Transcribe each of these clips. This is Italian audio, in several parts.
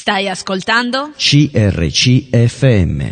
Stai ascoltando? CRC FM.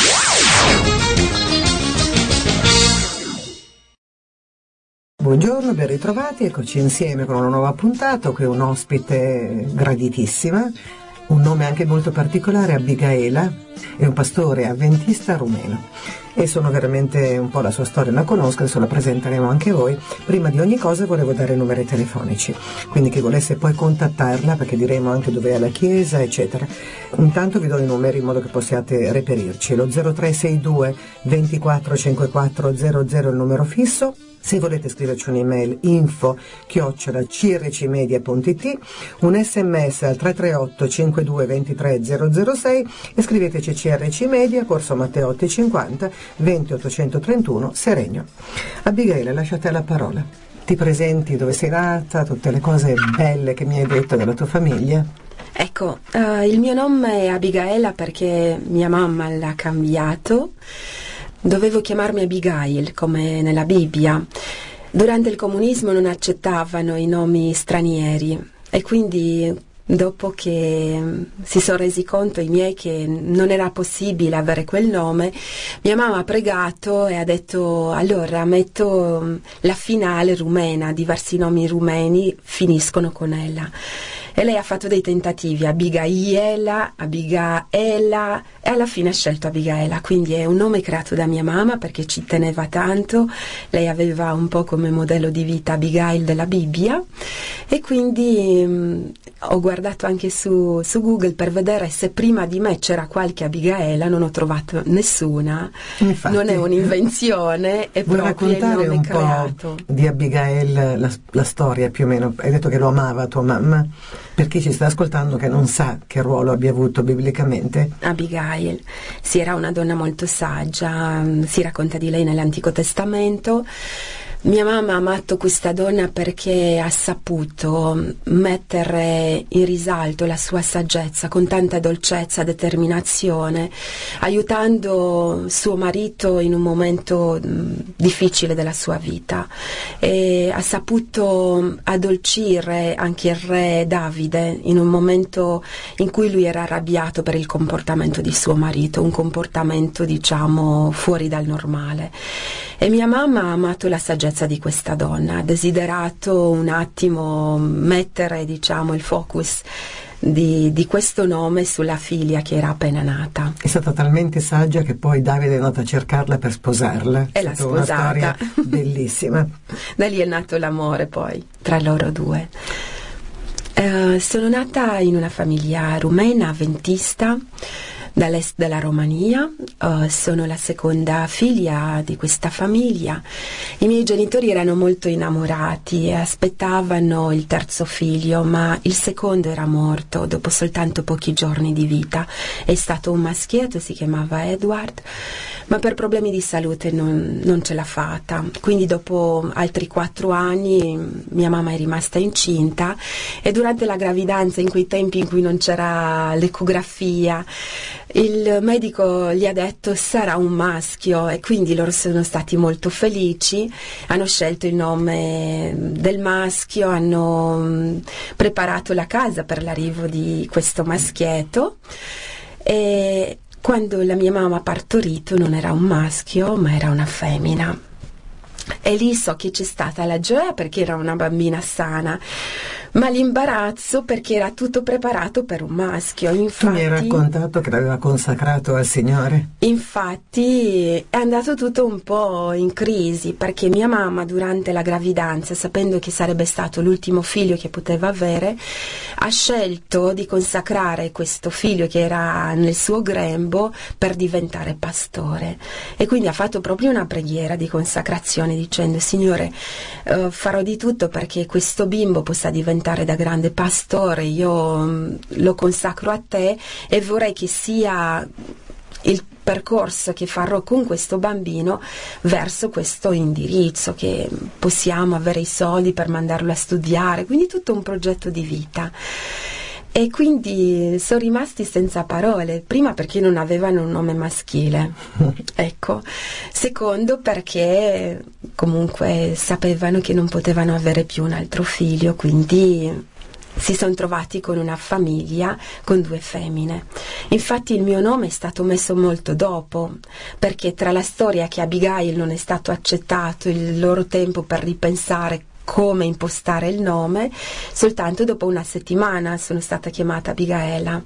Buongiorno, ben ritrovati, eccoci insieme con una nuova puntata, qui un ospite graditissima, un nome anche molto particolare, Abigaela, è un pastore avventista rumeno e sono veramente un po' la sua storia la conosco, adesso la presenteremo anche voi. Prima di ogni cosa volevo dare i numeri telefonici, quindi chi volesse poi contattarla, perché diremo anche dove è la chiesa eccetera. Intanto vi do i numeri in modo che possiate reperirci: lo 0362 24 54 00 il numero fisso. Se volete scriverci un'email, info@crcmedia.it, un sms al 338 52 23 006 e scriveteci CRC Media, Corso Matteotti 50 20 831 Seregno. Abigaele, lasciate la parola. Ti presenti, dove sei nata, tutte le cose belle che mi hai detto della tua famiglia. Ecco, il mio nome è Abigaela perché mia mamma l'ha cambiato. Dovevo chiamarmi Abigail, come nella Bibbia. Durante il comunismo non accettavano i nomi stranieri e quindi dopo che si sono resi conto i miei che non era possibile avere quel nome, mia mamma ha pregato e ha detto: allora metto la finale rumena, diversi nomi rumeni finiscono con ella. E lei ha fatto dei tentativi, Abigaela e alla fine ha scelto Abigaela, quindi è un nome creato da mia mamma perché ci teneva tanto. Lei aveva un po' come modello di vita Abigail della Bibbia e quindi ho guardato anche su Google per vedere se prima di me c'era qualche Abigaela, non ho trovato nessuna. Infatti, non è un'invenzione, è proprio il nome un creato. Po' di Abigail, la storia più o meno. Hai detto che lo amava tua mamma. Per chi ci sta ascoltando che non sa che ruolo abbia avuto biblicamente. Abigail, sì, era una donna molto saggia, si racconta di lei nell'Antico Testamento. Mia mamma ha amato questa donna perché ha saputo mettere in risalto la sua saggezza con tanta dolcezza e determinazione, aiutando suo marito in un momento difficile della sua vita, e ha saputo addolcire anche il re Davide in un momento in cui lui era arrabbiato per il comportamento di suo marito, un comportamento diciamo fuori dal normale. E mia mamma ha amato la saggezza di questa donna, ha desiderato un attimo mettere diciamo il focus di questo nome sulla figlia che era appena nata. È stata talmente saggia che poi Davide è andato a cercarla per sposarla. E l'ha sposata. Una storia bellissima. Da lì è nato l'amore poi tra loro due. Sono nata in una famiglia rumena avventista dall'est della Romania, sono la seconda figlia di questa famiglia. I miei genitori erano molto innamorati e aspettavano il terzo figlio, ma il secondo era morto dopo soltanto pochi giorni di vita. È stato un maschietto, si chiamava Edward, ma per problemi di salute non ce l'ha fatta. Quindi dopo altri 4 anni mia mamma è rimasta incinta e durante la gravidanza, in quei tempi in cui non c'era l'ecografia, il medico gli ha detto sarà un maschio e quindi loro sono stati molto felici, hanno scelto il nome del maschio, hanno preparato la casa per l'arrivo di questo maschietto e quando la mia mamma ha partorito non era un maschio ma era una femmina. E lì so che c'è stata la gioia perché era una bambina sana, ma l'imbarazzo perché era tutto preparato per un maschio. Infatti, tu mi hai raccontato che l'aveva consacrato al Signore. Infatti è andato tutto un po' in crisi perché mia mamma durante la gravidanza, sapendo che sarebbe stato l'ultimo figlio che poteva avere, ha scelto di consacrare questo figlio che era nel suo grembo per diventare pastore e quindi ha fatto proprio una preghiera di consacrazione dicendo: Signore, farò di tutto perché questo bimbo possa diventare da grande pastore, io lo consacro a te e vorrei che sia il percorso che farò con questo bambino verso questo indirizzo, che possiamo avere i soldi per mandarlo a studiare, quindi tutto un progetto di vita. E quindi sono rimasti senza parole, prima perché non avevano un nome maschile, ecco, secondo perché comunque sapevano che non potevano avere più un altro figlio, quindi si sono trovati con una famiglia con 2 femmine. Infatti il mio nome è stato messo molto dopo, perché tra la storia che Abigail non è stato accettato, il loro tempo per ripensare come impostare il nome, soltanto dopo una settimana sono stata chiamata Abigaela.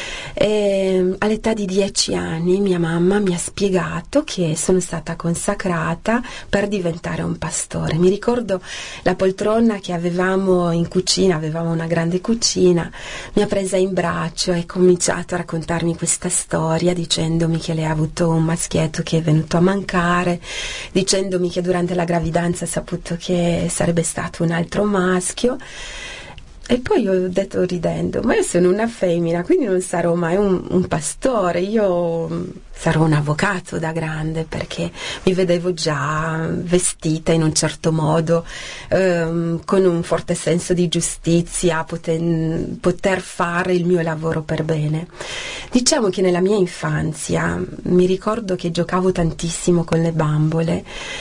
E all'età di 10 anni mia mamma mi ha spiegato che sono stata consacrata per diventare un pastore. Mi ricordo la poltrona che avevamo in cucina, avevamo una grande cucina, mi ha presa in braccio e ha cominciato a raccontarmi questa storia, dicendomi che lei ha avuto un maschietto che è venuto a mancare, dicendomi che durante la gravidanza ha saputo che sarebbe stato un altro maschio. E poi ho detto ridendo, ma io sono una femmina, quindi non sarò mai un pastore, io sarò un avvocato da grande, perché mi vedevo già vestita in un certo modo, con un forte senso di giustizia, poter fare il mio lavoro per bene. Diciamo che nella mia infanzia mi ricordo che giocavo tantissimo con le bambole.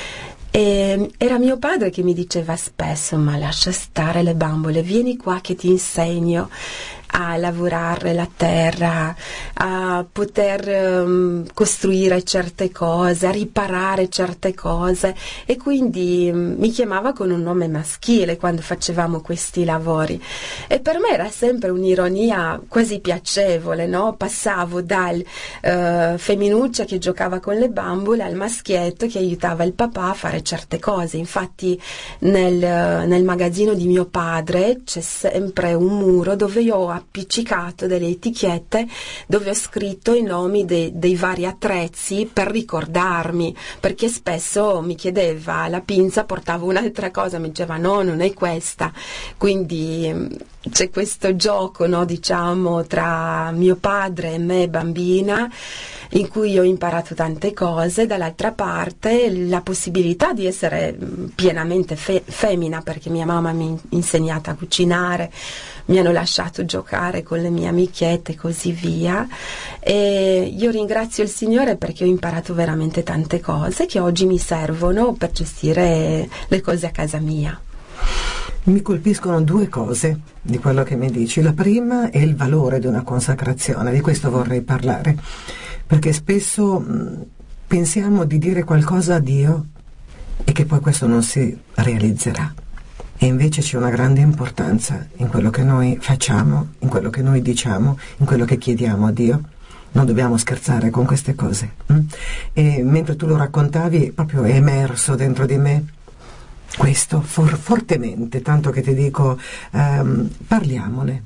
E era mio padre che mi diceva spesso: ma lascia stare le bambole, vieni qua che ti insegno a lavorare la terra, a poter costruire certe cose, a riparare certe cose, e quindi mi chiamava con un nome maschile quando facevamo questi lavori, e per me era sempre un'ironia quasi piacevole, no? Passavo dal femminuccia che giocava con le bambole al maschietto che aiutava il papà a fare certe cose. Infatti nel magazzino di mio padre c'è sempre un muro dove io ho appiccicato delle etichette dove ho scritto i nomi dei vari attrezzi per ricordarmi, perché spesso mi chiedeva la pinza, portavo un'altra cosa, mi diceva no, non è questa. Quindi c'è questo gioco, no, diciamo, tra mio padre e me bambina, in cui ho imparato tante cose, dall'altra parte la possibilità di essere pienamente femmina, perché mia mamma mi ha insegnato a cucinare, mi hanno lasciato giocare con le mie amichette e così via, e io ringrazio il Signore perché ho imparato veramente tante cose che oggi mi servono per gestire le cose a casa mia. Mi colpiscono 2 cose di quello che mi dici. La prima è il valore di una consacrazione, di questo vorrei parlare, perché spesso pensiamo di dire qualcosa a Dio e che poi questo non si realizzerà, e invece c'è una grande importanza in quello che noi facciamo, in quello che noi diciamo, in quello che chiediamo a Dio. Non dobbiamo scherzare con queste cose. E mentre tu lo raccontavi, proprio è emerso dentro di me questo fortemente, tanto che ti dico, parliamone,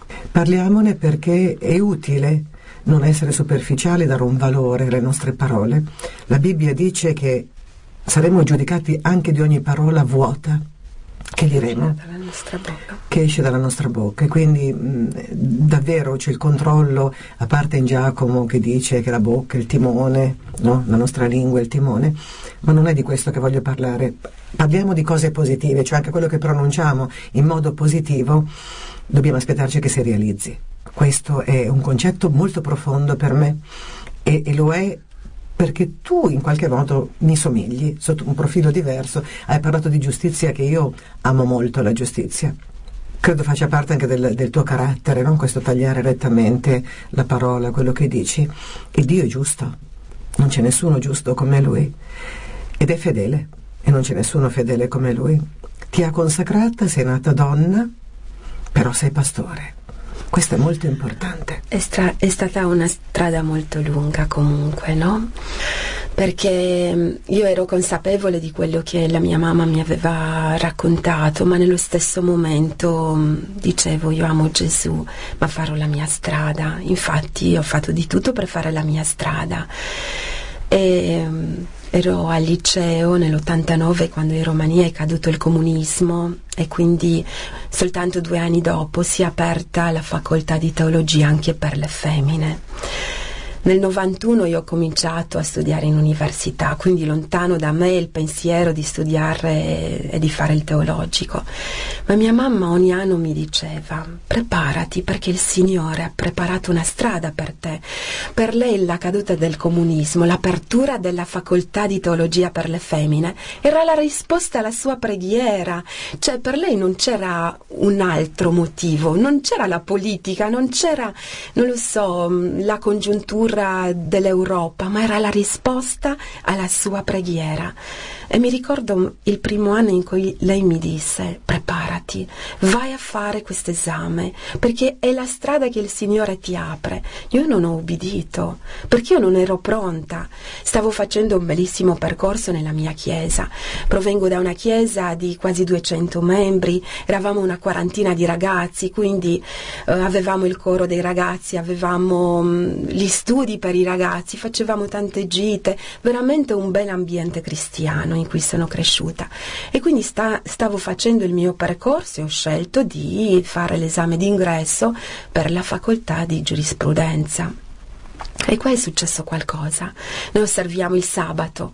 perché è utile non essere superficiali, dare un valore alle nostre parole. La Bibbia dice che saremo giudicati anche di ogni parola vuota che diremo, che esce dalla nostra bocca, e quindi davvero c'è il controllo, a parte in Giacomo che dice che la bocca è il timone, no? La nostra lingua è il timone, ma non è di questo che voglio parlare. Parliamo di cose positive, cioè anche quello che pronunciamo in modo positivo dobbiamo aspettarci che si realizzi. Questo è un concetto molto profondo per me, e lo è perché tu in qualche modo mi somigli sotto un profilo diverso. Hai parlato di giustizia, che io amo molto la giustizia, credo faccia parte anche del tuo carattere, no? Questo tagliare rettamente la parola, quello che dici. E Dio è giusto, non c'è nessuno giusto come Lui, ed è fedele, e non c'è nessuno fedele come Lui. Ti ha consacrata, sei nata donna, però sei pastore. Questo è molto importante. È stata una strada molto lunga comunque, no? Perché io ero consapevole di quello che la mia mamma mi aveva raccontato, ma nello stesso momento dicevo: io amo Gesù, ma farò la mia strada. Infatti ho fatto di tutto per fare la mia strada. E ero al liceo nell'89, quando in Romania è caduto il comunismo, e quindi soltanto 2 anni dopo si è aperta la facoltà di teologia anche per le femmine. Nel 91 io ho cominciato a studiare in università, quindi lontano da me il pensiero di studiare e di fare il teologico. Ma mia mamma ogni anno mi diceva: preparati, perché il Signore ha preparato una strada per te. Per lei la caduta del comunismo, l'apertura della facoltà di teologia per le femmine era la risposta alla sua preghiera. Cioè, per lei non c'era un altro motivo, non c'era la politica, non c'era, non lo so, la congiuntura dell'Europa, ma era la risposta alla sua preghiera. E mi ricordo il primo anno in cui lei mi disse: preparati, vai a fare questo esame, perché è la strada che il Signore ti apre. Io non ho ubbidito, perché io non ero pronta. Stavo facendo un bellissimo percorso nella mia chiesa. Provengo da una chiesa di quasi 200 membri, eravamo una quarantina di ragazzi, quindi avevamo il coro dei ragazzi, avevamo gli studi per i ragazzi, facevamo tante gite, veramente un bel ambiente cristiano in cui sono cresciuta. E quindi stavo facendo il mio percorso e ho scelto di fare l'esame d'ingresso per la facoltà di giurisprudenza. E qua è successo qualcosa. Noi osserviamo il sabato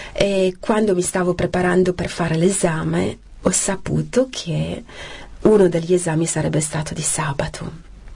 e quando mi stavo preparando per fare l'esame ho saputo che uno degli esami sarebbe stato di sabato.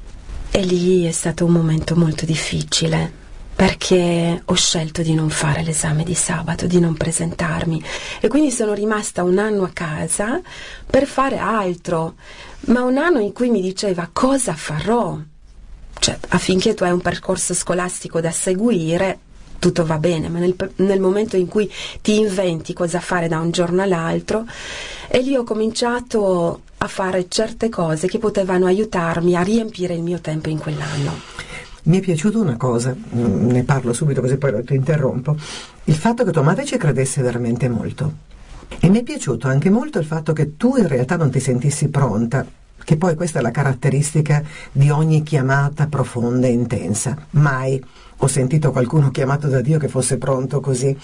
E lì è stato un momento molto difficile, perché ho scelto di non fare l'esame di sabato, di non presentarmi, e quindi sono rimasta un anno a casa per fare altro, ma un anno in cui mi diceva: cosa farò? Cioè, affinché tu hai un percorso scolastico da seguire, tutto va bene, ma nel momento in cui ti inventi cosa fare da un giorno all'altro, e lì ho cominciato a fare certe cose che potevano aiutarmi a riempire il mio tempo in quell'anno. Mi è piaciuta una cosa, ne parlo subito così poi ti interrompo, il fatto che tua madre ci credesse veramente molto. E mi è piaciuto anche molto il fatto che tu in realtà non ti sentissi pronta, che poi questa è la caratteristica di ogni chiamata profonda e intensa. Mai ho sentito qualcuno chiamato da Dio che fosse pronto così.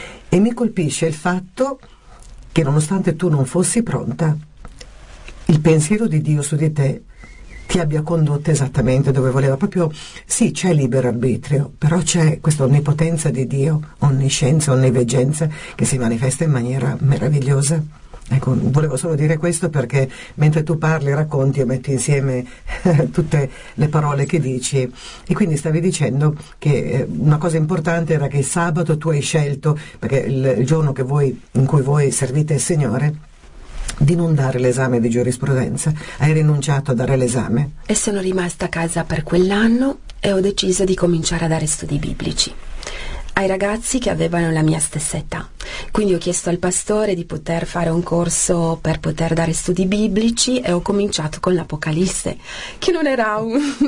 E mi colpisce il fatto che nonostante tu non fossi pronta, il pensiero di Dio su di te ti abbia condotto esattamente dove voleva. Proprio, sì, c'è libero arbitrio, però c'è questa onnipotenza di Dio, onniscienza, onniveggenza, che si manifesta in maniera meravigliosa. Ecco, volevo solo dire questo perché mentre tu parli, racconti, io metto insieme tutte le parole che dici, e quindi stavi dicendo che una cosa importante era che il sabato tu hai scelto, perché il giorno in cui voi servite il Signore, di non dare l'esame di giurisprudenza, hai rinunciato a dare l'esame. E sono rimasta a casa per quell'anno e ho deciso di cominciare a dare studi biblici ai ragazzi che avevano la mia stessa età. Quindi ho chiesto al pastore di poter fare un corso per poter dare studi biblici e ho cominciato con l'Apocalisse, che non era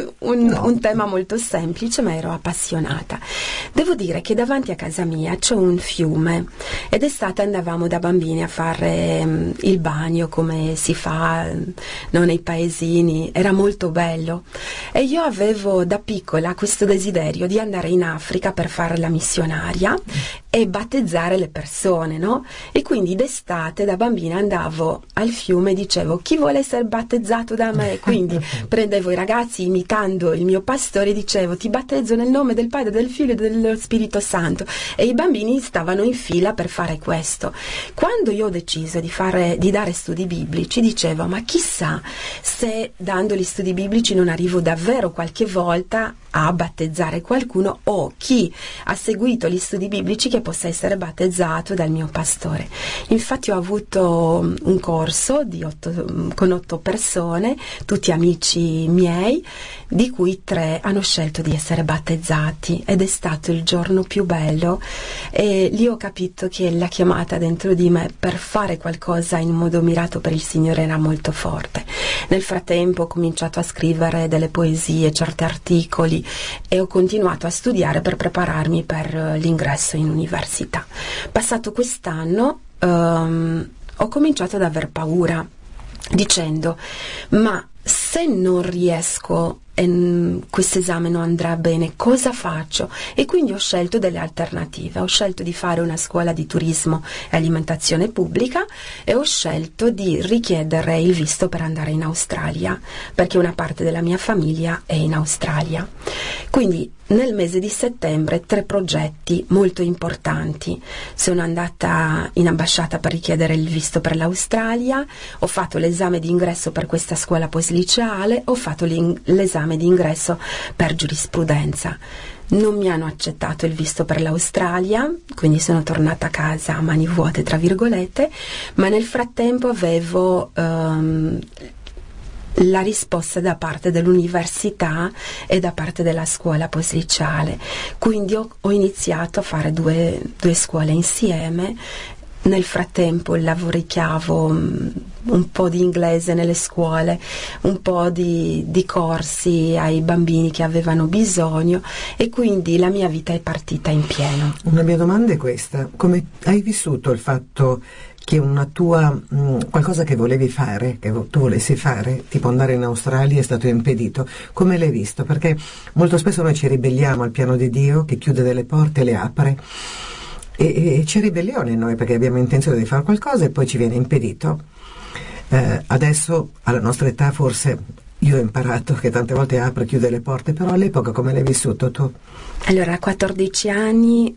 un tema molto semplice, ma ero appassionata. Devo dire che davanti a casa mia c'è un fiume ed d'estate andavamo da bambini a fare il bagno come si fa nei paesini, era molto bello, e io avevo da piccola questo desiderio di andare in Africa per fare la missionaria e battezzare le persone, no? E quindi d'estate da bambina andavo al fiume e dicevo: chi vuole essere battezzato da me? Quindi prendevo i ragazzi imitando il mio pastore e dicevo: ti battezzo nel nome del Padre, del Figlio e dello Spirito Santo, e i bambini stavano in fila per fare questo. Quando io ho deciso di dare studi biblici, dicevo: ma chissà se dando gli studi biblici non arrivo davvero qualche volta a battezzare qualcuno, o chi ha seguito gli studi biblici che possa essere battezzato dal mio pastore. Infatti ho avuto un corso con 8 persone, tutti amici miei, di cui 3 hanno scelto di essere battezzati, ed è stato il giorno più bello, e lì ho capito che la chiamata dentro di me per fare qualcosa in modo mirato per il Signore era molto forte. Nel frattempo ho cominciato a scrivere delle poesie, certi articoli, e ho continuato a studiare per prepararmi per l'ingresso in università. Passato quest'anno ho cominciato ad aver paura, dicendo: ma se non riesco e questo esame non andrà bene, cosa faccio? E quindi ho scelto delle alternative. Ho scelto di fare una scuola di turismo e alimentazione pubblica e ho scelto di richiedere il visto per andare in Australia, perché una parte della mia famiglia è in Australia. Quindi nel mese di settembre 3 progetti molto importanti. Sono andata in ambasciata per richiedere il visto per l'Australia, ho fatto l'esame di ingresso per questa scuola postliceale, ho fatto l'esame di ingresso per giurisprudenza. Non mi hanno accettato il visto per l'Australia, quindi sono tornata a casa a mani vuote, tra virgolette, ma nel frattempo avevo la risposta da parte dell'università e da parte della scuola postliceale. Quindi ho iniziato a fare due scuole insieme. Nel frattempo lavoricchiavo un po' di inglese nelle scuole, un po' di corsi ai bambini che avevano bisogno, e quindi la mia vita è partita in pieno. Una mia domanda è questa: come hai vissuto il fatto che una tua qualcosa che volevi fare, che tu volessi fare, tipo andare in Australia, è stato impedito? Come l'hai visto? Perché molto spesso noi ci ribelliamo al piano di Dio che chiude delle porte e le apre, e c'è ribellione in noi perché abbiamo intenzione di fare qualcosa e poi ci viene impedito. Adesso alla nostra età forse io ho imparato che tante volte apre e chiude le porte, però all'epoca come l'hai vissuto tu? Allora, a 14 anni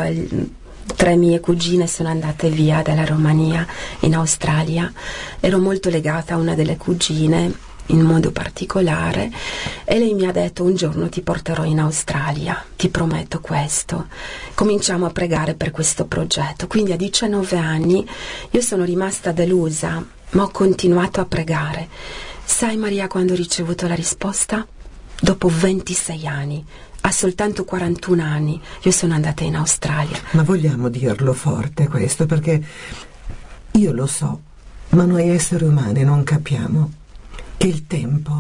3 mie cugine sono andate via dalla Romania in Australia. Ero molto legata a una delle cugine in modo particolare, e lei mi ha detto: un giorno ti porterò in Australia, ti prometto questo. Cominciamo a pregare per questo progetto. Quindi a 19 anni io sono rimasta delusa, ma ho continuato a pregare. Sai Maria, quando ho ricevuto la risposta? Dopo 26 anni, a soltanto 41 anni, io sono andata in Australia. Ma vogliamo dirlo forte questo, perché io lo so, ma noi esseri umani non capiamo che il tempo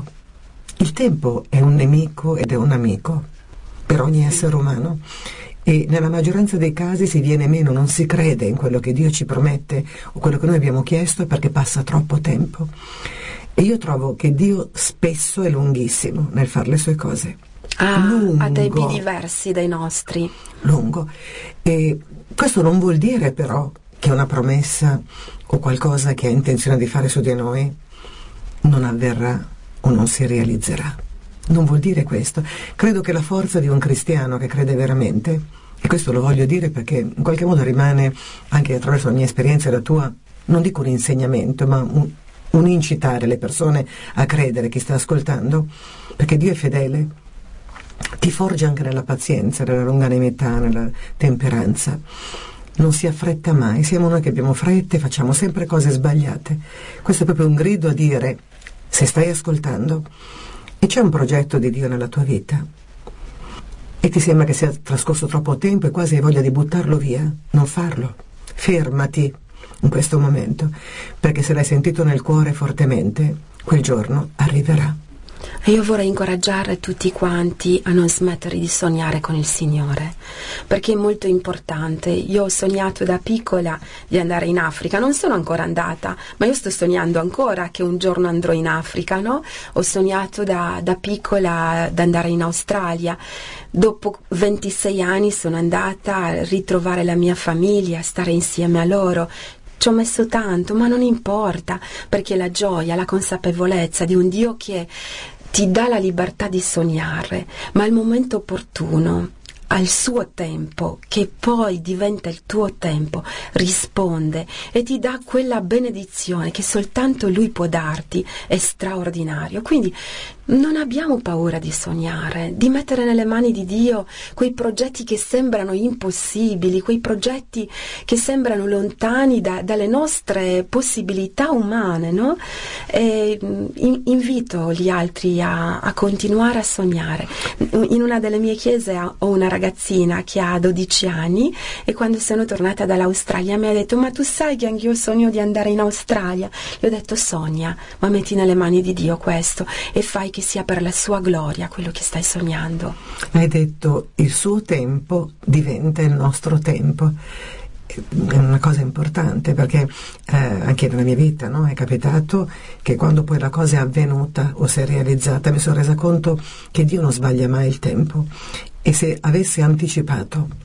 è un nemico ed è un amico per ogni essere umano, e nella maggioranza dei casi si viene meno, non si crede in quello che Dio ci promette o quello che noi abbiamo chiesto, perché passa troppo tempo. E io trovo che Dio spesso è lunghissimo nel fare le sue cose. Ha tempi diversi dai nostri. Lungo. E questo non vuol dire però che una promessa o qualcosa che ha intenzione di fare su di noi non avverrà o non si realizzerà. Non vuol dire questo. Credo che la forza di un cristiano che crede veramente, e questo lo voglio dire perché in qualche modo rimane anche attraverso la mia esperienza e la tua, non dico un insegnamento, ma un incitare le persone a credere, chi sta ascoltando, perché Dio è fedele, ti forgia anche nella pazienza, nella longanimità, nella temperanza. Non si affretta mai. Siamo noi che abbiamo fretta e facciamo sempre cose sbagliate. Questo è proprio un grido a dire: se stai ascoltando e c'è un progetto di Dio nella tua vita e ti sembra che sia trascorso troppo tempo e quasi hai voglia di buttarlo via, non farlo. Fermati in questo momento, perché se l'hai sentito nel cuore fortemente, quel giorno arriverà. E io vorrei incoraggiare tutti quanti a non smettere di sognare con il Signore, perché è molto importante. Io ho sognato da piccola di andare in Africa, non sono ancora andata, ma io sto sognando ancora che un giorno andrò in Africa, no? Ho sognato da piccola di andare in Australia. Dopo 26 anni sono andata a ritrovare la mia famiglia, a stare insieme a loro. Ci ho messo tanto, ma non importa, perché la gioia, la consapevolezza di un Dio che ti dà la libertà di sognare, ma al momento opportuno, al suo tempo, che poi diventa il tuo tempo, risponde e ti dà quella benedizione che soltanto Lui può darti, è straordinario. Quindi non abbiamo paura di sognare, di mettere nelle mani di Dio quei progetti che sembrano impossibili, quei progetti che sembrano lontani dalle nostre possibilità umane, no? E invito gli altri a continuare a sognare. In una delle mie chiese ho una ragazzina che ha 12 anni e quando sono tornata dall'Australia mi ha detto: ma tu sai che anch'io sogno di andare in Australia? Gli ho detto: sogna, ma metti nelle mani di Dio questo e fai che sia per la sua gloria quello che stai sognando. Hai detto: il suo tempo diventa il nostro tempo. È una cosa importante, perché anche nella mia vita, no? È capitato che quando poi la cosa è avvenuta o si è realizzata mi sono resa conto che Dio non sbaglia mai il tempo, e se avesse anticipato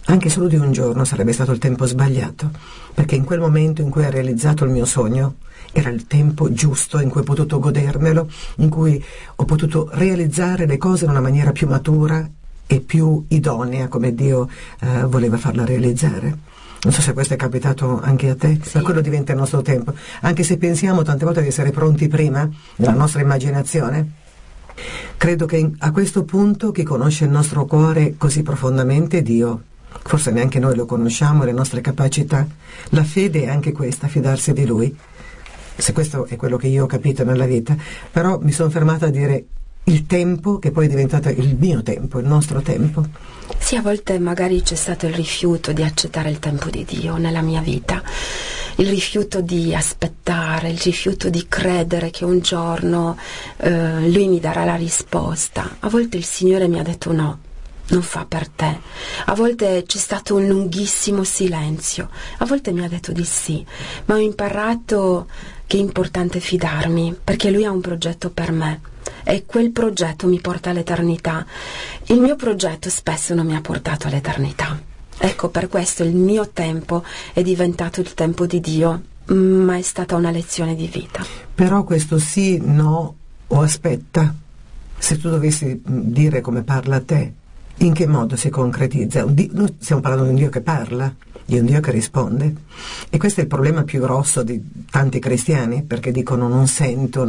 anche solo di un giorno sarebbe stato il tempo sbagliato, perché in quel momento in cui ho realizzato il mio sogno era il tempo giusto in cui ho potuto godermelo, in cui ho potuto realizzare le cose in una maniera più matura e più idonea come Dio voleva farla realizzare. Non so se questo è capitato anche a te, sì. Ma quello diventa il nostro tempo, anche se pensiamo tante volte di essere pronti prima nella nostra immaginazione. Credo che a questo punto chi conosce il nostro cuore così profondamente è Dio. Forse neanche noi lo conosciamo, le nostre capacità. La fede è anche questa, fidarsi di Lui. Se questo è quello che io ho capito nella vita, però mi sono fermata a dire il tempo, che poi è diventato il mio tempo, il nostro tempo. Sì, a volte magari c'è stato il rifiuto di accettare il tempo di Dio nella mia vita, il rifiuto di aspettare, il rifiuto di credere che un giorno Lui mi darà la risposta. A volte il Signore mi ha detto no, non fa per te. A volte c'è stato un lunghissimo silenzio, a volte mi ha detto di sì, ma ho imparato che è importante fidarmi, perché Lui ha un progetto per me e quel progetto mi porta all'eternità. Il mio progetto spesso non mi ha portato all'eternità. Ecco, per questo il mio tempo è diventato il tempo di Dio, ma è stata una lezione di vita. Però questo sì, no o aspetta, se tu dovessi dire come parla a te, in che modo si concretizza? Noi stiamo parlando di un Dio che parla, di un Dio che risponde, e questo è il problema più grosso di tanti cristiani, perché dicono non sento,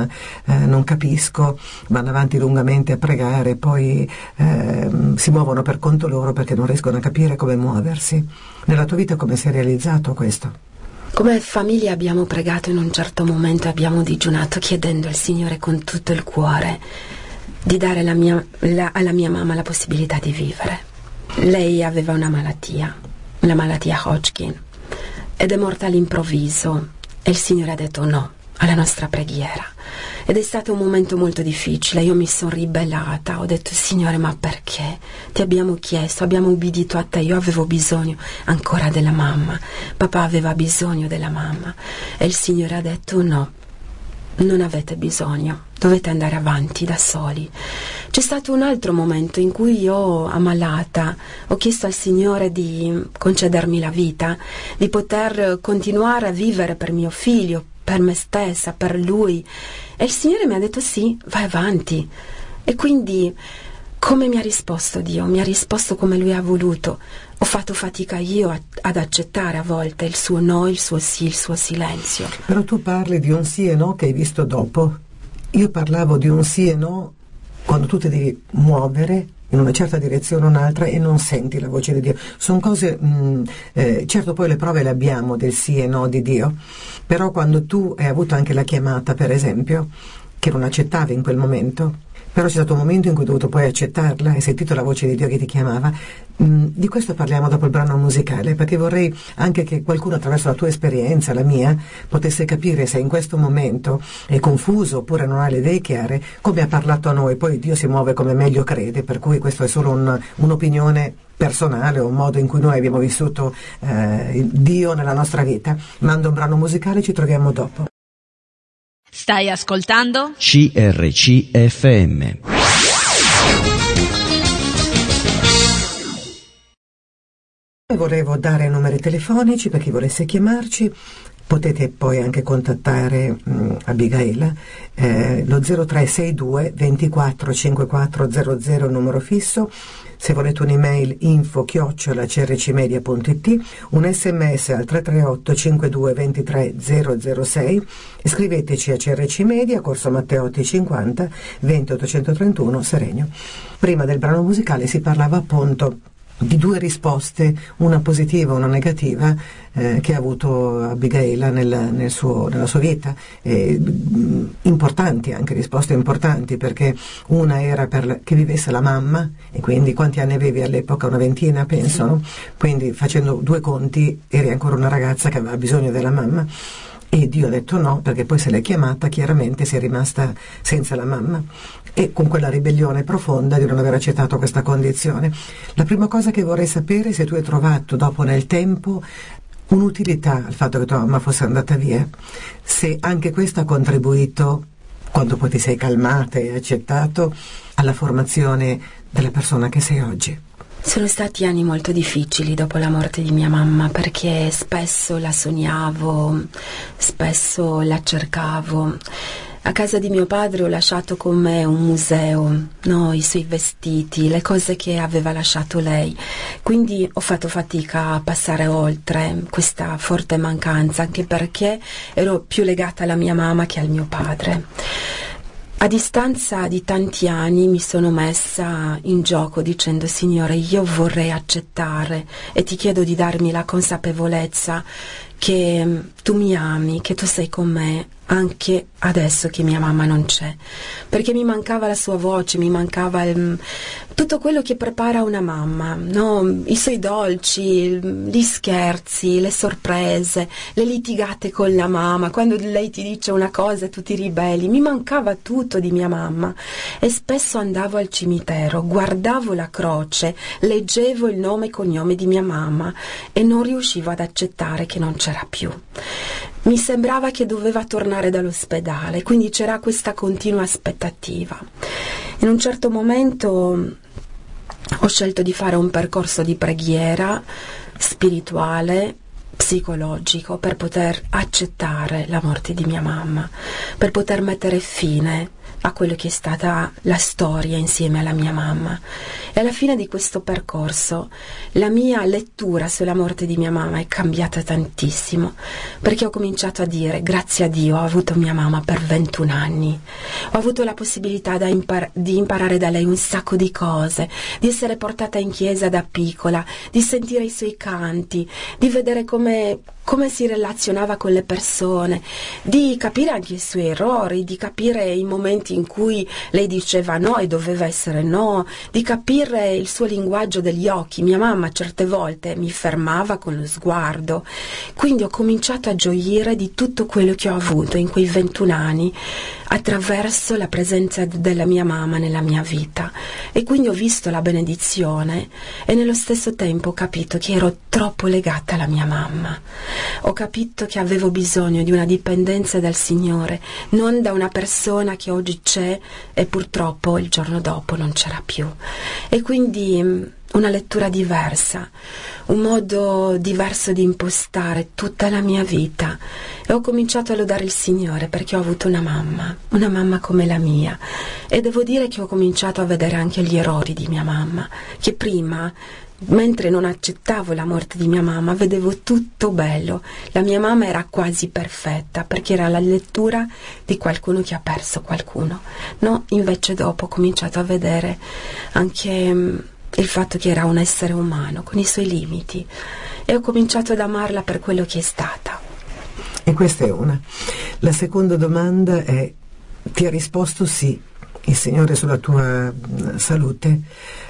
non capisco, vanno avanti lungamente a pregare, poi si muovono per conto loro perché non riescono a capire come muoversi. Nella tua vita come si è realizzato questo? Come famiglia abbiamo pregato in un certo momento, abbiamo digiunato chiedendo al Signore con tutto il cuore di dare alla mia mamma la possibilità di vivere. Lei aveva una malattia, la malattia Hodgkin, ed è morta all'improvviso, e il Signore ha detto no alla nostra preghiera, ed è stato un momento molto difficile. Io mi sono ribellata, ho detto Signore, ma perché? Ti abbiamo chiesto, abbiamo ubbidito a te, io avevo bisogno ancora della mamma, papà aveva bisogno della mamma, e il Signore ha detto no, non avete bisogno, dovete andare avanti da soli. C'è stato un altro momento in cui io, ammalata, ho chiesto al Signore di concedermi la vita, di poter continuare a vivere per mio figlio, per me stessa, per lui, e il Signore mi ha detto sì, vai avanti. E quindi come mi ha risposto Dio? Mi ha risposto come Lui ha voluto. Ho fatto fatica io ad accettare a volte il suo no, il suo sì, il suo silenzio. Però tu parli di un sì e no che hai visto dopo. Io parlavo di un sì e no quando tu ti devi muovere in una certa direzione o un'altra e non senti la voce di Dio. Sono cose, certo poi le prove le abbiamo del sì e no di Dio, però quando tu hai avuto anche la chiamata, per esempio, che non accettavi in quel momento, però c'è stato un momento in cui hai dovuto poi accettarla, hai sentito la voce di Dio che ti chiamava. Di questo parliamo dopo il brano musicale, perché vorrei anche che qualcuno attraverso la tua esperienza, la mia, potesse capire se in questo momento è confuso oppure non ha le idee chiare, come ha parlato a noi. Poi Dio si muove come meglio crede, per cui questo è solo un'opinione personale o un modo in cui noi abbiamo vissuto Dio nella nostra vita. Mando un brano musicale, ci troviamo dopo. Stai ascoltando? CRC-FM. Volevo dare numeri telefonici per chi volesse chiamarci. Potete poi anche contattare Abigaila, lo 0362 24 5400, il numero fisso. Se volete un'email info@crcmedia.it, un sms al 338 52 23 006, iscriveteci a CRC Media, Corso Matteotti 50 20 831 Seregno. Prima del brano musicale si parlava appunto di due risposte, una positiva e una negativa, che ha avuto Abigaila nella sua vita, importanti anche, risposte importanti, perché una era che vivesse la mamma, e quindi quanti anni avevi all'epoca? Una ventina, penso, no? Quindi facendo due conti eri ancora una ragazza che aveva bisogno della mamma, e Dio ha detto no, perché poi se l'è chiamata chiaramente si è rimasta senza la mamma, e con quella ribellione profonda di non aver accettato questa condizione. La prima cosa che vorrei sapere è se tu hai trovato dopo nel tempo un'utilità al fatto che tua mamma fosse andata via, se anche questo ha contribuito, quando poi ti sei calmata e accettato, alla formazione della persona che sei oggi. Sono stati anni molto difficili dopo la morte di mia mamma, perché spesso la sognavo, spesso la cercavo. A casa di mio padre ho lasciato con me un museo, no? I suoi vestiti, le cose che aveva lasciato lei. Quindi ho fatto fatica a passare oltre questa forte mancanza, anche perché ero più legata alla mia mamma che al mio padre. A distanza di tanti anni mi sono messa in gioco dicendo: Signore, io vorrei accettare e ti chiedo di darmi la consapevolezza che tu mi ami, che tu sei con me anche adesso che mia mamma non c'è, perché mi mancava la sua voce, mi mancava tutto quello che prepara una mamma, no? I suoi dolci, gli scherzi, le sorprese, le litigate con la mamma, quando lei ti dice una cosa e tu ti ribelli. Mi mancava tutto di mia mamma e spesso andavo al cimitero, guardavo la croce, leggevo il nome e cognome di mia mamma e non riuscivo ad accettare che non c'era più. Mi sembrava che doveva tornare dall'ospedale, quindi c'era questa continua aspettativa. In un certo momento ho scelto di fare un percorso di preghiera spirituale, psicologico, per poter accettare la morte di mia mamma, per poter mettere fine a quello che è stata la storia insieme alla mia mamma. E alla fine di questo percorso la mia lettura sulla morte di mia mamma è cambiata tantissimo, perché ho cominciato a dire: grazie a Dio ho avuto mia mamma per 21 anni, ho avuto la possibilità di imparare da lei un sacco di cose, di essere portata in chiesa da piccola, di sentire i suoi canti, di vedere come si relazionava con le persone, di capire anche i suoi errori, di capire i momenti in cui lei diceva no e doveva essere no, di capire il suo linguaggio degli occhi. Mia mamma certe volte mi fermava con lo sguardo, quindi ho cominciato a gioire di tutto quello che ho avuto in quei 21 anni attraverso la presenza della mia mamma nella mia vita, e quindi ho visto la benedizione e nello stesso tempo ho capito che ero troppo legata alla mia mamma. Ho capito che avevo bisogno di una dipendenza dal Signore, non da una persona che oggi c'è e purtroppo il giorno dopo non c'era più. E quindi una lettura diversa, un modo diverso di impostare tutta la mia vita, e ho cominciato a lodare il Signore perché ho avuto una mamma come la mia, e devo dire che ho cominciato a vedere anche gli errori di mia mamma, che prima, mentre non accettavo la morte di mia mamma, vedevo tutto bello. La mia mamma era quasi perfetta perché era la lettura di qualcuno che ha perso qualcuno, no? Invece dopo ho cominciato a vedere anche il fatto che era un essere umano con i suoi limiti, e ho cominciato ad amarla per quello che è stata. E questa è una. La seconda domanda è: ti ha risposto sì, il Signore, sulla tua salute,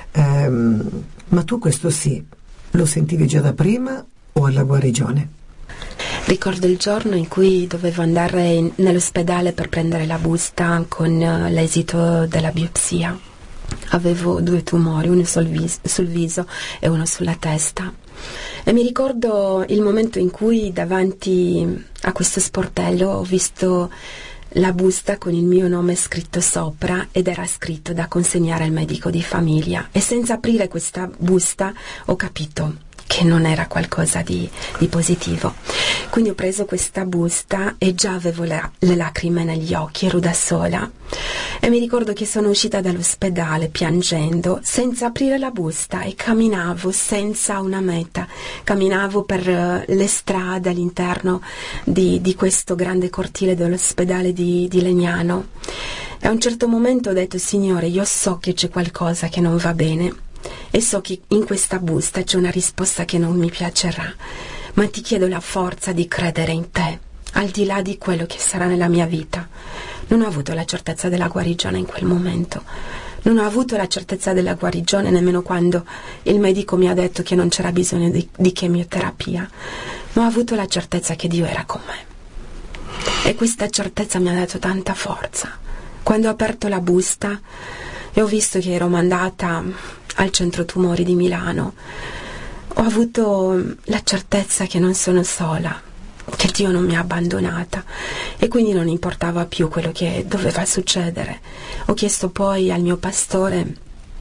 ma tu questo sì lo sentivi già da prima o alla guarigione? Ricordo il giorno in cui dovevo andare nell'ospedale per prendere la busta con l'esito della biopsia. Avevo 2 tumori, uno sul viso e uno sulla testa, e mi ricordo il momento in cui davanti a questo sportello ho visto la busta con il mio nome scritto sopra, ed era scritto da consegnare al medico di famiglia, e senza aprire questa busta ho capito che non era qualcosa di positivo. Quindi ho preso questa busta e già avevo le lacrime negli occhi, ero da sola, e mi ricordo che sono uscita dall'ospedale piangendo senza aprire la busta, e camminavo senza una meta, camminavo per le strade all'interno di questo grande cortile dell'ospedale di Legnano, e a un certo momento ho detto: Signore, io so che c'è qualcosa che non va bene e so che in questa busta c'è una risposta che non mi piacerà, ma ti chiedo la forza di credere in te, al di là di quello che sarà nella mia vita. Non ho avuto la certezza della guarigione in quel momento, non ho avuto la certezza della guarigione nemmeno quando il medico mi ha detto che non c'era bisogno di chemioterapia, ma ho avuto la certezza che Dio era con me, e questa certezza mi ha dato tanta forza. Quando ho aperto la busta e ho visto che ero mandata al centro tumori di Milano, ho avuto la certezza che non sono sola, che Dio non mi ha abbandonata, e quindi non importava più quello che doveva succedere. Ho chiesto poi al mio pastore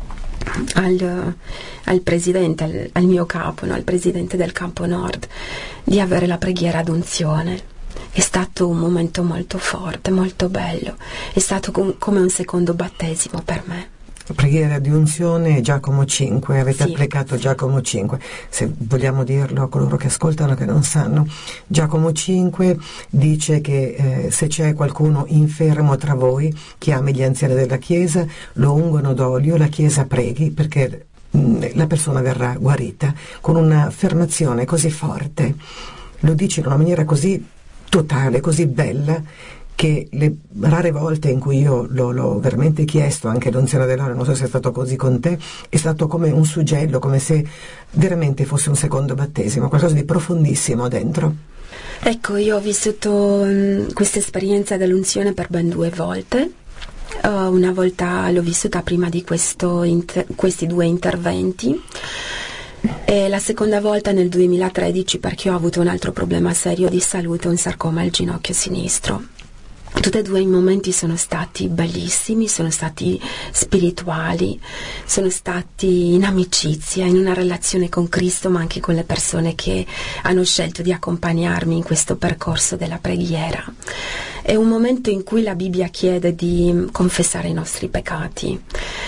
al presidente, al mio capo, no? Al presidente del Campo Nord, di avere la preghiera d'unzione. È stato un momento molto forte, molto bello, è stato come un secondo battesimo per me. Preghiera di unzione Giacomo 5, avete applicato Giacomo 5, se vogliamo dirlo a coloro che ascoltano che non sanno. Giacomo 5 dice che se c'è qualcuno infermo tra voi, chiami gli anziani della Chiesa, lo ungono d'olio, la Chiesa preghi perché la persona verrà guarita, con un'affermazione così forte, lo dice in una maniera così totale, così bella, che le rare volte in cui io l'ho veramente chiesto, anche l'unzione dell'olio, non so se è stato così con te, è stato come un suggello, come se veramente fosse un secondo battesimo, qualcosa di profondissimo dentro. Ecco, io ho vissuto questa esperienza dell'unzione per ben 2 volte. Una volta l'ho vissuta prima di questi 2 interventi, e la seconda volta nel 2013 perché ho avuto un altro problema serio di salute, un sarcoma al ginocchio sinistro. Tutti e 2 i momenti sono stati bellissimi, sono stati spirituali, sono stati in amicizia, in una relazione con Cristo, ma anche con le persone che hanno scelto di accompagnarmi in questo percorso della preghiera. È un momento in cui la Bibbia chiede di confessare i nostri peccati,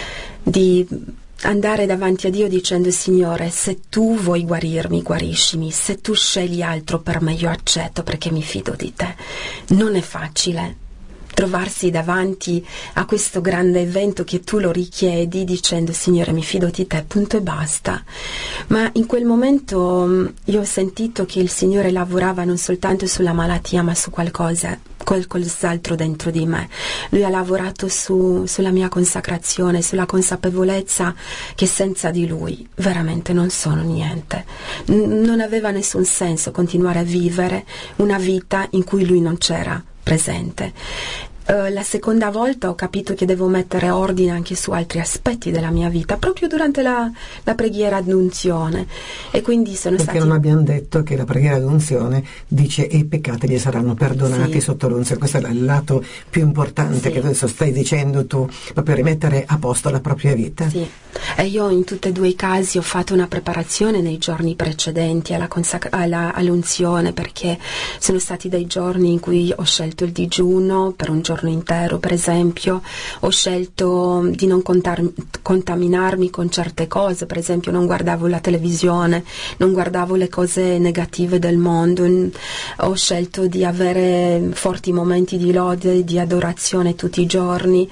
di andare davanti a Dio dicendo: Signore, se tu vuoi guarirmi, guariscimi, se tu scegli altro per me, io accetto perché mi fido di te. Non è facile trovarsi davanti a questo grande evento che tu lo richiedi dicendo: Signore, mi fido di te, punto e basta. Ma in quel momento io ho sentito che il Signore lavorava non soltanto sulla malattia, ma su qualcos'altro dentro di me. Lui ha lavorato sulla mia consacrazione, sulla consapevolezza che senza di Lui veramente non sono niente. Non aveva nessun senso continuare a vivere una vita in cui Lui non c'era presente. La seconda volta ho capito che devo mettere ordine anche su altri aspetti della mia vita, proprio durante la preghiera d'unzione, e quindi perché non abbiamo detto che la preghiera d'unzione dice: e i peccati gli saranno perdonati sotto l'unzione. Questo è il lato più importante che adesso stai dicendo tu, per rimettere a posto la propria vita. Sì, e io in tutti e 2 i casi ho fatto una preparazione nei giorni precedenti all'unzione, perché sono stati dei giorni in cui ho scelto il digiuno per un giorno intero, per esempio. Ho scelto di non contaminarmi con certe cose, per esempio non guardavo la televisione, non guardavo le cose negative del mondo. Ho scelto di avere forti momenti di lode e di adorazione tutti i giorni.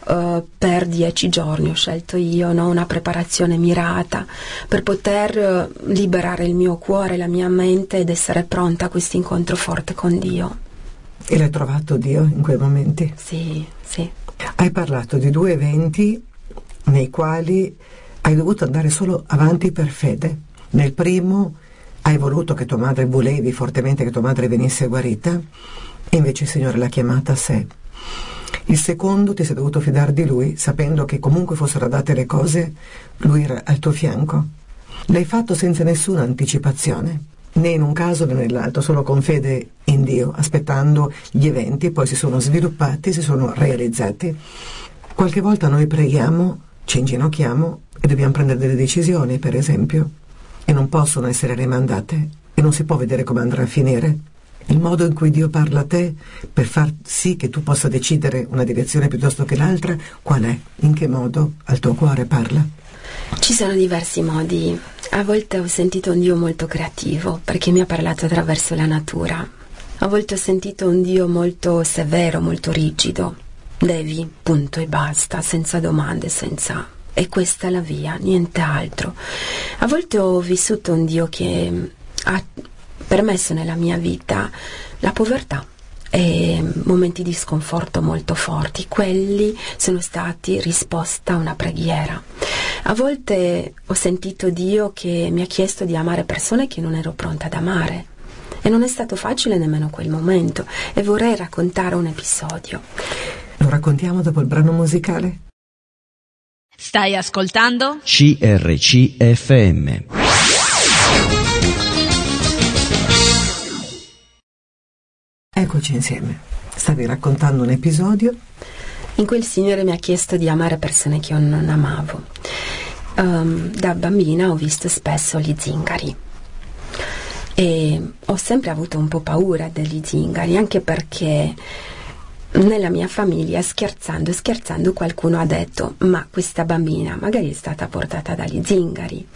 Per 10 giorni ho scelto io, no? Una preparazione mirata per poter liberare il mio cuore, la mia mente, ed essere pronta a questo incontro forte con Dio. E l'hai trovato Dio in quei momenti? Sì, sì. Hai parlato di 2 eventi nei quali hai dovuto andare solo avanti per fede. Nel primo volevi fortemente che tua madre venisse guarita, e invece il Signore l'ha chiamata a sé. Il secondo ti sei dovuto fidare di Lui, sapendo che comunque fossero date le cose, Lui era al tuo fianco. L'hai fatto senza nessuna anticipazione, né in un caso né nell'altro, solo con fede in Dio, aspettando gli eventi. Poi si sono sviluppati, si sono realizzati. Qualche volta noi preghiamo, ci inginocchiamo e dobbiamo prendere delle decisioni, per esempio, e non possono essere rimandate, e non si può vedere come andrà a finire. Il modo in cui Dio parla a te per far sì che tu possa decidere una direzione piuttosto che l'altra, qual è? In che modo al tuo cuore parla? Ci sono diversi modi. A volte ho sentito un Dio molto creativo, perché mi ha parlato attraverso la natura. A volte ho sentito un Dio molto severo, molto rigido. Devi, punto e basta, senza domande, e questa è la via, niente altro. A volte ho vissuto un Dio che ha permesso nella mia vita la povertà e momenti di sconforto molto forti. Quelli sono stati risposta a una preghiera. A volte ho sentito Dio che mi ha chiesto di amare persone che non ero pronta ad amare, e non è stato facile nemmeno quel momento, e vorrei raccontare un episodio. Lo raccontiamo dopo il brano musicale? Stai ascoltando? CRCFM. Eccoci insieme. Stavi raccontando un episodio in cui il Signore mi ha chiesto di amare persone che io non amavo. Da bambina ho visto spesso gli zingari e ho sempre avuto un po' paura degli zingari, anche perché nella mia famiglia, scherzando qualcuno ha detto: ma questa bambina magari è stata portata dagli zingari.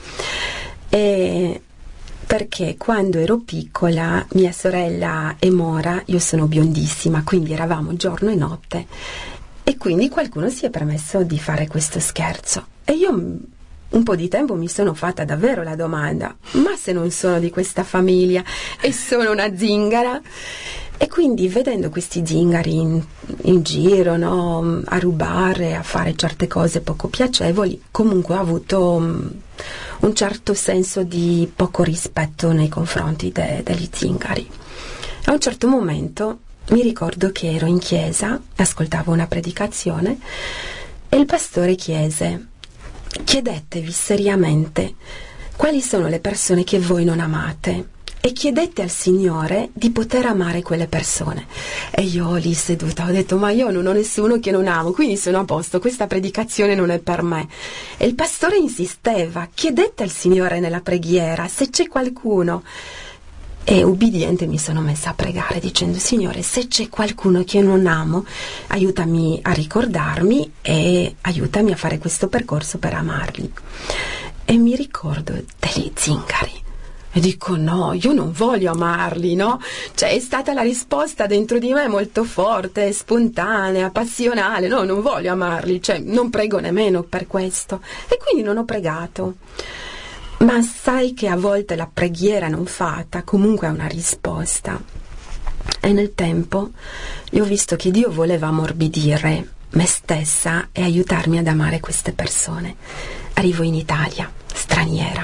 E perché quando ero piccola, mia sorella e Mora, io sono biondissima, quindi eravamo giorno e notte, e quindi qualcuno si è permesso di fare questo scherzo. E io un po' di tempo mi sono fatta davvero la domanda: ma se non sono di questa famiglia e sono una zingara? E quindi, vedendo questi zingari in giro, no, a rubare, a fare certe cose poco piacevoli, comunque ho avuto un certo senso di poco rispetto nei confronti degli zingari. A un certo momento mi ricordo che ero in chiesa, ascoltavo una predicazione e il pastore chiese: chiedetevi seriamente quali sono le persone che voi non amate e chiedete al Signore di poter amare quelle persone. E io lì seduta ho detto: ma io non ho nessuno che non amo, quindi sono a posto, questa predicazione non è per me. E il pastore insisteva: chiedete al Signore nella preghiera se c'è qualcuno. E ubbidiente mi sono messa a pregare dicendo: Signore, se c'è qualcuno che non amo, aiutami a ricordarmi e aiutami a fare questo percorso per amarli. E mi ricordo degli zingari e dico: no, io non voglio amarli, no? Cioè, è stata la risposta dentro di me molto forte, spontanea, passionale: no, non voglio amarli, cioè non prego nemmeno per questo. E quindi non ho pregato. Ma sai che a volte la preghiera non fatta comunque ha una risposta. E nel tempo io ho visto che Dio voleva ammorbidire me stessa e aiutarmi ad amare queste persone. Arrivo in Italia, straniera.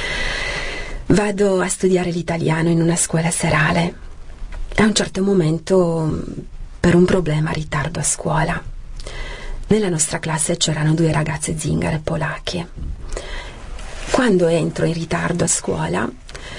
Vado a studiare l'italiano in una scuola serale. A un certo momento, per un problema, ritardo a scuola. Nella nostra classe c'erano 2 ragazze zingare polacche. Quando entro in ritardo a scuola,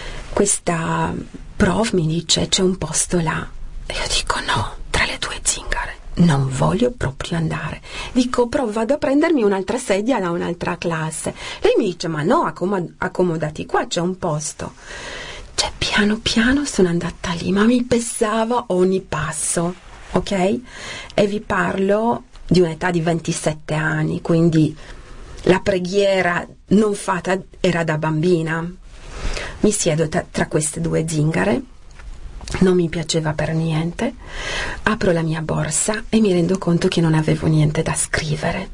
questa prof mi dice: c'è un posto là. E io dico: no, tra le 2 zingare non voglio proprio andare. Dico: però vado a prendermi un'altra sedia da un'altra classe. Lei mi dice: ma no, accomodati qua, c'è un posto. Cioè, piano piano sono andata lì, ma mi pesava ogni passo, ok? E vi parlo di un'età di 27 anni, quindi la preghiera non fatta era da bambina. Mi siedo tra queste 2 zingare, non mi piaceva per niente, apro la mia borsa e mi rendo conto che non avevo niente da scrivere.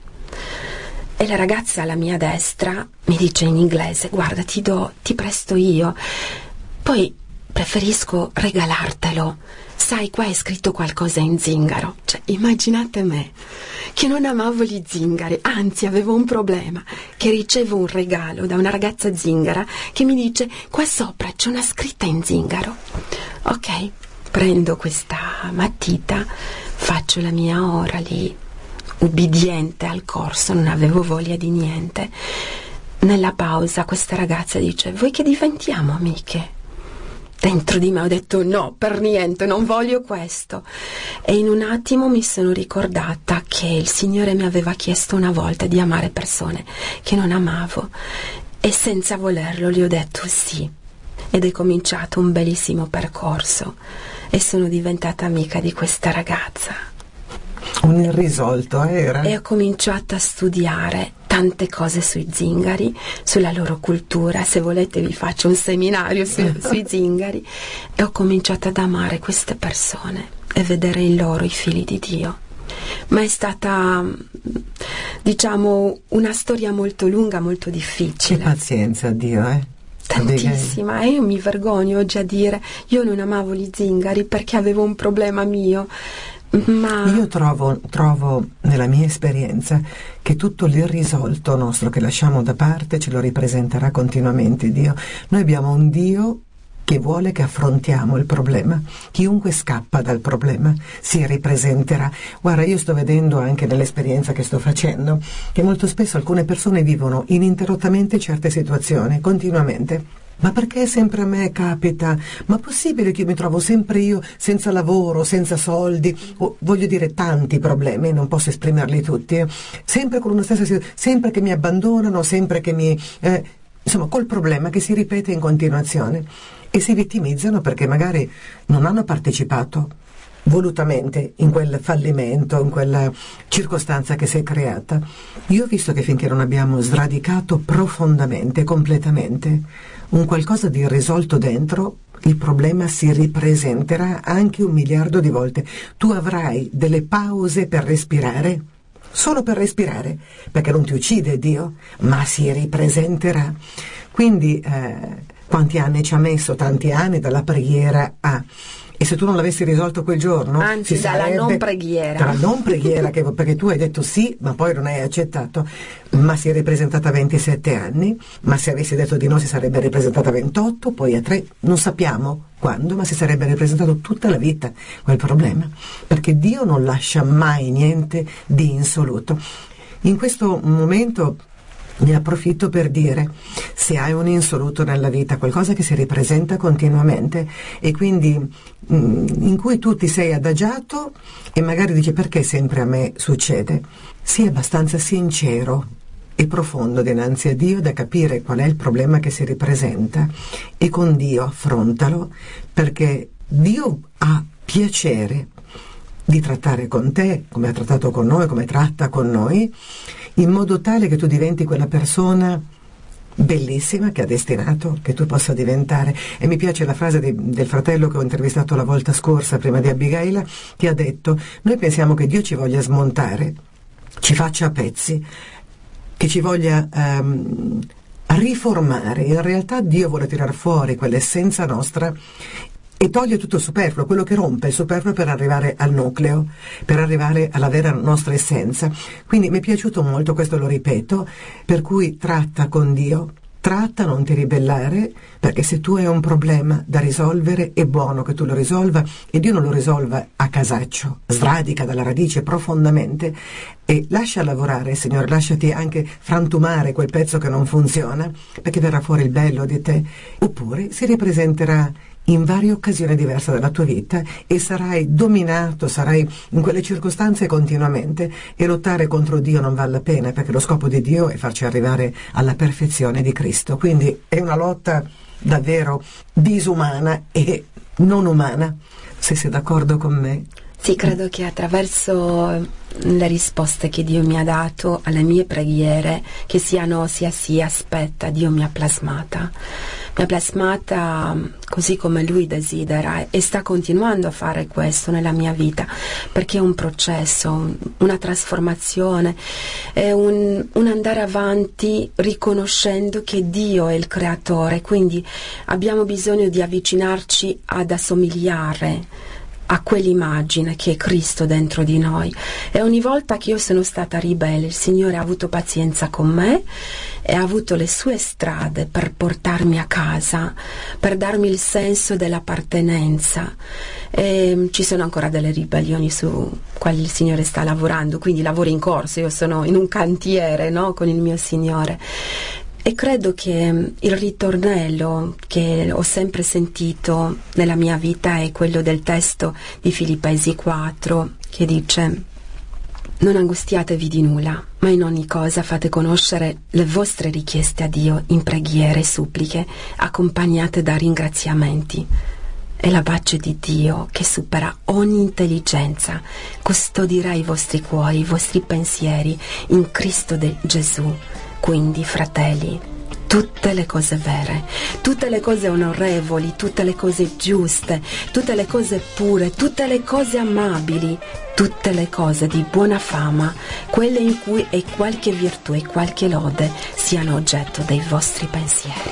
E la ragazza alla mia destra mi dice in inglese: guarda, ti presto io, poi preferisco regalartelo, sai, qua è scritto qualcosa in zingaro. Cioè, immaginate me che non amavo gli zingari, anzi avevo un problema, che ricevo un regalo da una ragazza zingara che mi dice: qua sopra c'è una scritta in zingaro. Ok, prendo questa matita, faccio la mia ora lì, ubbidiente al corso, non avevo voglia di niente. Nella pausa questa ragazza dice: vuoi che diventiamo amiche? Dentro di me ho detto: no, per niente, non voglio questo. E in un attimo mi sono ricordata che il Signore mi aveva chiesto una volta di amare persone che non amavo, e senza volerlo gli ho detto sì. Ed è cominciato un bellissimo percorso e sono diventata amica di questa ragazza. Un irrisolto era. E ho cominciato a studiare tante cose sui zingari, sulla loro cultura. Se volete vi faccio un seminario sui zingari. E ho cominciato ad amare queste persone e vedere in loro i figli di Dio. Ma è stata, diciamo, una storia molto lunga, molto difficile. Che pazienza, Dio, Tantissima. E io mi vergogno oggi a dire: io non amavo gli zingari perché avevo un problema mio. Ma io trovo nella mia esperienza che tutto l'irrisolto nostro che lasciamo da parte ce lo ripresenterà continuamente Dio. Noi abbiamo un Dio che vuole che affrontiamo il problema. Chiunque scappa dal problema si ripresenterà. Guarda, io sto vedendo anche nell'esperienza che sto facendo che molto spesso alcune persone vivono ininterrottamente certe situazioni, continuamente. Ma perché sempre a me capita? Ma possibile che io mi trovo sempre io senza lavoro, senza soldi, voglio dire tanti problemi, non posso esprimerli tutti, sempre con una stessa situazione, sempre che mi abbandonano, sempre che mi... insomma, col problema che si ripete in continuazione e si vittimizzano perché magari non hanno partecipato volutamente in quel fallimento, in quella circostanza che si è creata. Io ho visto che finché non abbiamo sradicato profondamente, completamente, un qualcosa di irrisolto dentro, il problema si ripresenterà anche 1 miliardo di volte. Tu avrai delle pause per respirare, solo per respirare, perché non ti uccide Dio, ma si ripresenterà. Quindi quanti anni ci ha messo? Tanti anni dalla preghiera a... E se tu non l'avessi risolto quel giorno, anzi, dalla non preghiera. Dalla non preghiera, perché tu hai detto sì, ma poi non hai accettato, ma si è ripresentata a 27 anni, ma se avessi detto di no si sarebbe ripresentata a 28, poi a 3, non sappiamo quando, ma si sarebbe ripresentato tutta la vita quel problema, perché Dio non lascia mai niente di insoluto. In questo momento ne approfitto per dire, se hai un insoluto nella vita, qualcosa che si ripresenta continuamente e quindi in cui tu ti sei adagiato e magari dici perché sempre a me succede, sii abbastanza sincero e profondo dinanzi a Dio da capire qual è il problema che si ripresenta e con Dio affrontalo, perché Dio ha piacere di trattare con te come ha trattato con noi, come tratta con noi, in modo tale che tu diventi quella persona bellissima che ha destinato che tu possa diventare. E mi piace la frase del fratello che ho intervistato la volta scorsa prima di Abigail, che ha detto: noi pensiamo che Dio ci voglia smontare, ci faccia a pezzi, che ci voglia riformare. In realtà Dio vuole tirar fuori quell'essenza nostra e toglie tutto il superfluo, quello che rompe il superfluo per arrivare al nucleo, per arrivare alla vera nostra essenza. Quindi mi è piaciuto molto, questo lo ripeto, per cui tratta con Dio, tratta, non ti ribellare, perché se tu hai un problema da risolvere è buono che tu lo risolva e Dio non lo risolva a casaccio, sradica dalla radice profondamente e lascia lavorare, Signore, lasciati anche frantumare quel pezzo che non funziona, perché verrà fuori il bello di te, oppure si ripresenterà in varie occasioni diverse della tua vita e sarai dominato, sarai in quelle circostanze continuamente, e lottare contro Dio non vale la pena, perché lo scopo di Dio è farci arrivare alla perfezione di Cristo. Quindi è una lotta davvero disumana e non umana, se sei d'accordo con me. Sì, credo che attraverso le risposte che Dio mi ha dato alle mie preghiere, che siano sia sì, aspetta, Dio mi ha plasmata così come Lui desidera, e sta continuando a fare questo nella mia vita, perché è un processo, una trasformazione, è un andare avanti riconoscendo che Dio è il creatore, quindi abbiamo bisogno di avvicinarci ad assomigliare a quell'immagine che è Cristo dentro di noi. E ogni volta che io sono stata ribelle, il Signore ha avuto pazienza con me e ha avuto le sue strade per portarmi a casa, per darmi il senso dell'appartenenza. E ci sono ancora delle ribellioni su quali il Signore sta lavorando, quindi lavoro in corso, io sono in un cantiere, no, con il mio Signore. E credo che il ritornello che ho sempre sentito nella mia vita è quello del testo di Filippesi 4, che dice: non angustiatevi di nulla, ma in ogni cosa fate conoscere le vostre richieste a Dio in preghiere e suppliche, accompagnate da ringraziamenti. E la pace di Dio, che supera ogni intelligenza, custodirà i vostri cuori, i vostri pensieri in Cristo Gesù. Quindi, fratelli, tutte le cose vere, tutte le cose onorevoli, tutte le cose giuste, tutte le cose pure, tutte le cose amabili, tutte le cose di buona fama, quelle in cui è qualche virtù e qualche lode, siano oggetto dei vostri pensieri.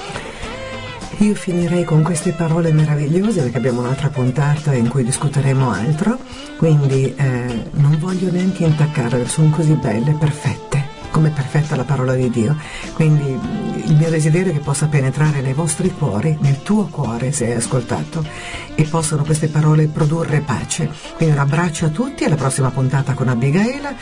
Io finirei con queste parole meravigliose, perché abbiamo un'altra puntata in cui discuteremo altro, quindi non voglio neanche intaccarle, sono così belle, perfette, come perfetta la parola di Dio. Quindi il mio desiderio è che possa penetrare nei vostri cuori, nel tuo cuore se hai ascoltato, e possano queste parole produrre pace. Quindi un abbraccio a tutti, alla prossima puntata con Abigail,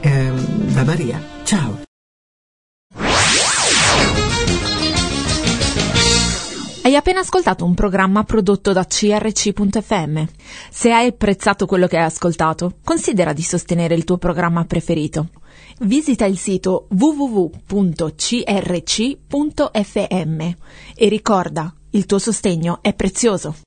da Maria. Ciao. Hai appena ascoltato un programma prodotto da CRC.fm. Se hai apprezzato quello che hai ascoltato, considera di sostenere il tuo programma preferito. Visita il sito www.crc.fm e ricorda, il tuo sostegno è prezioso.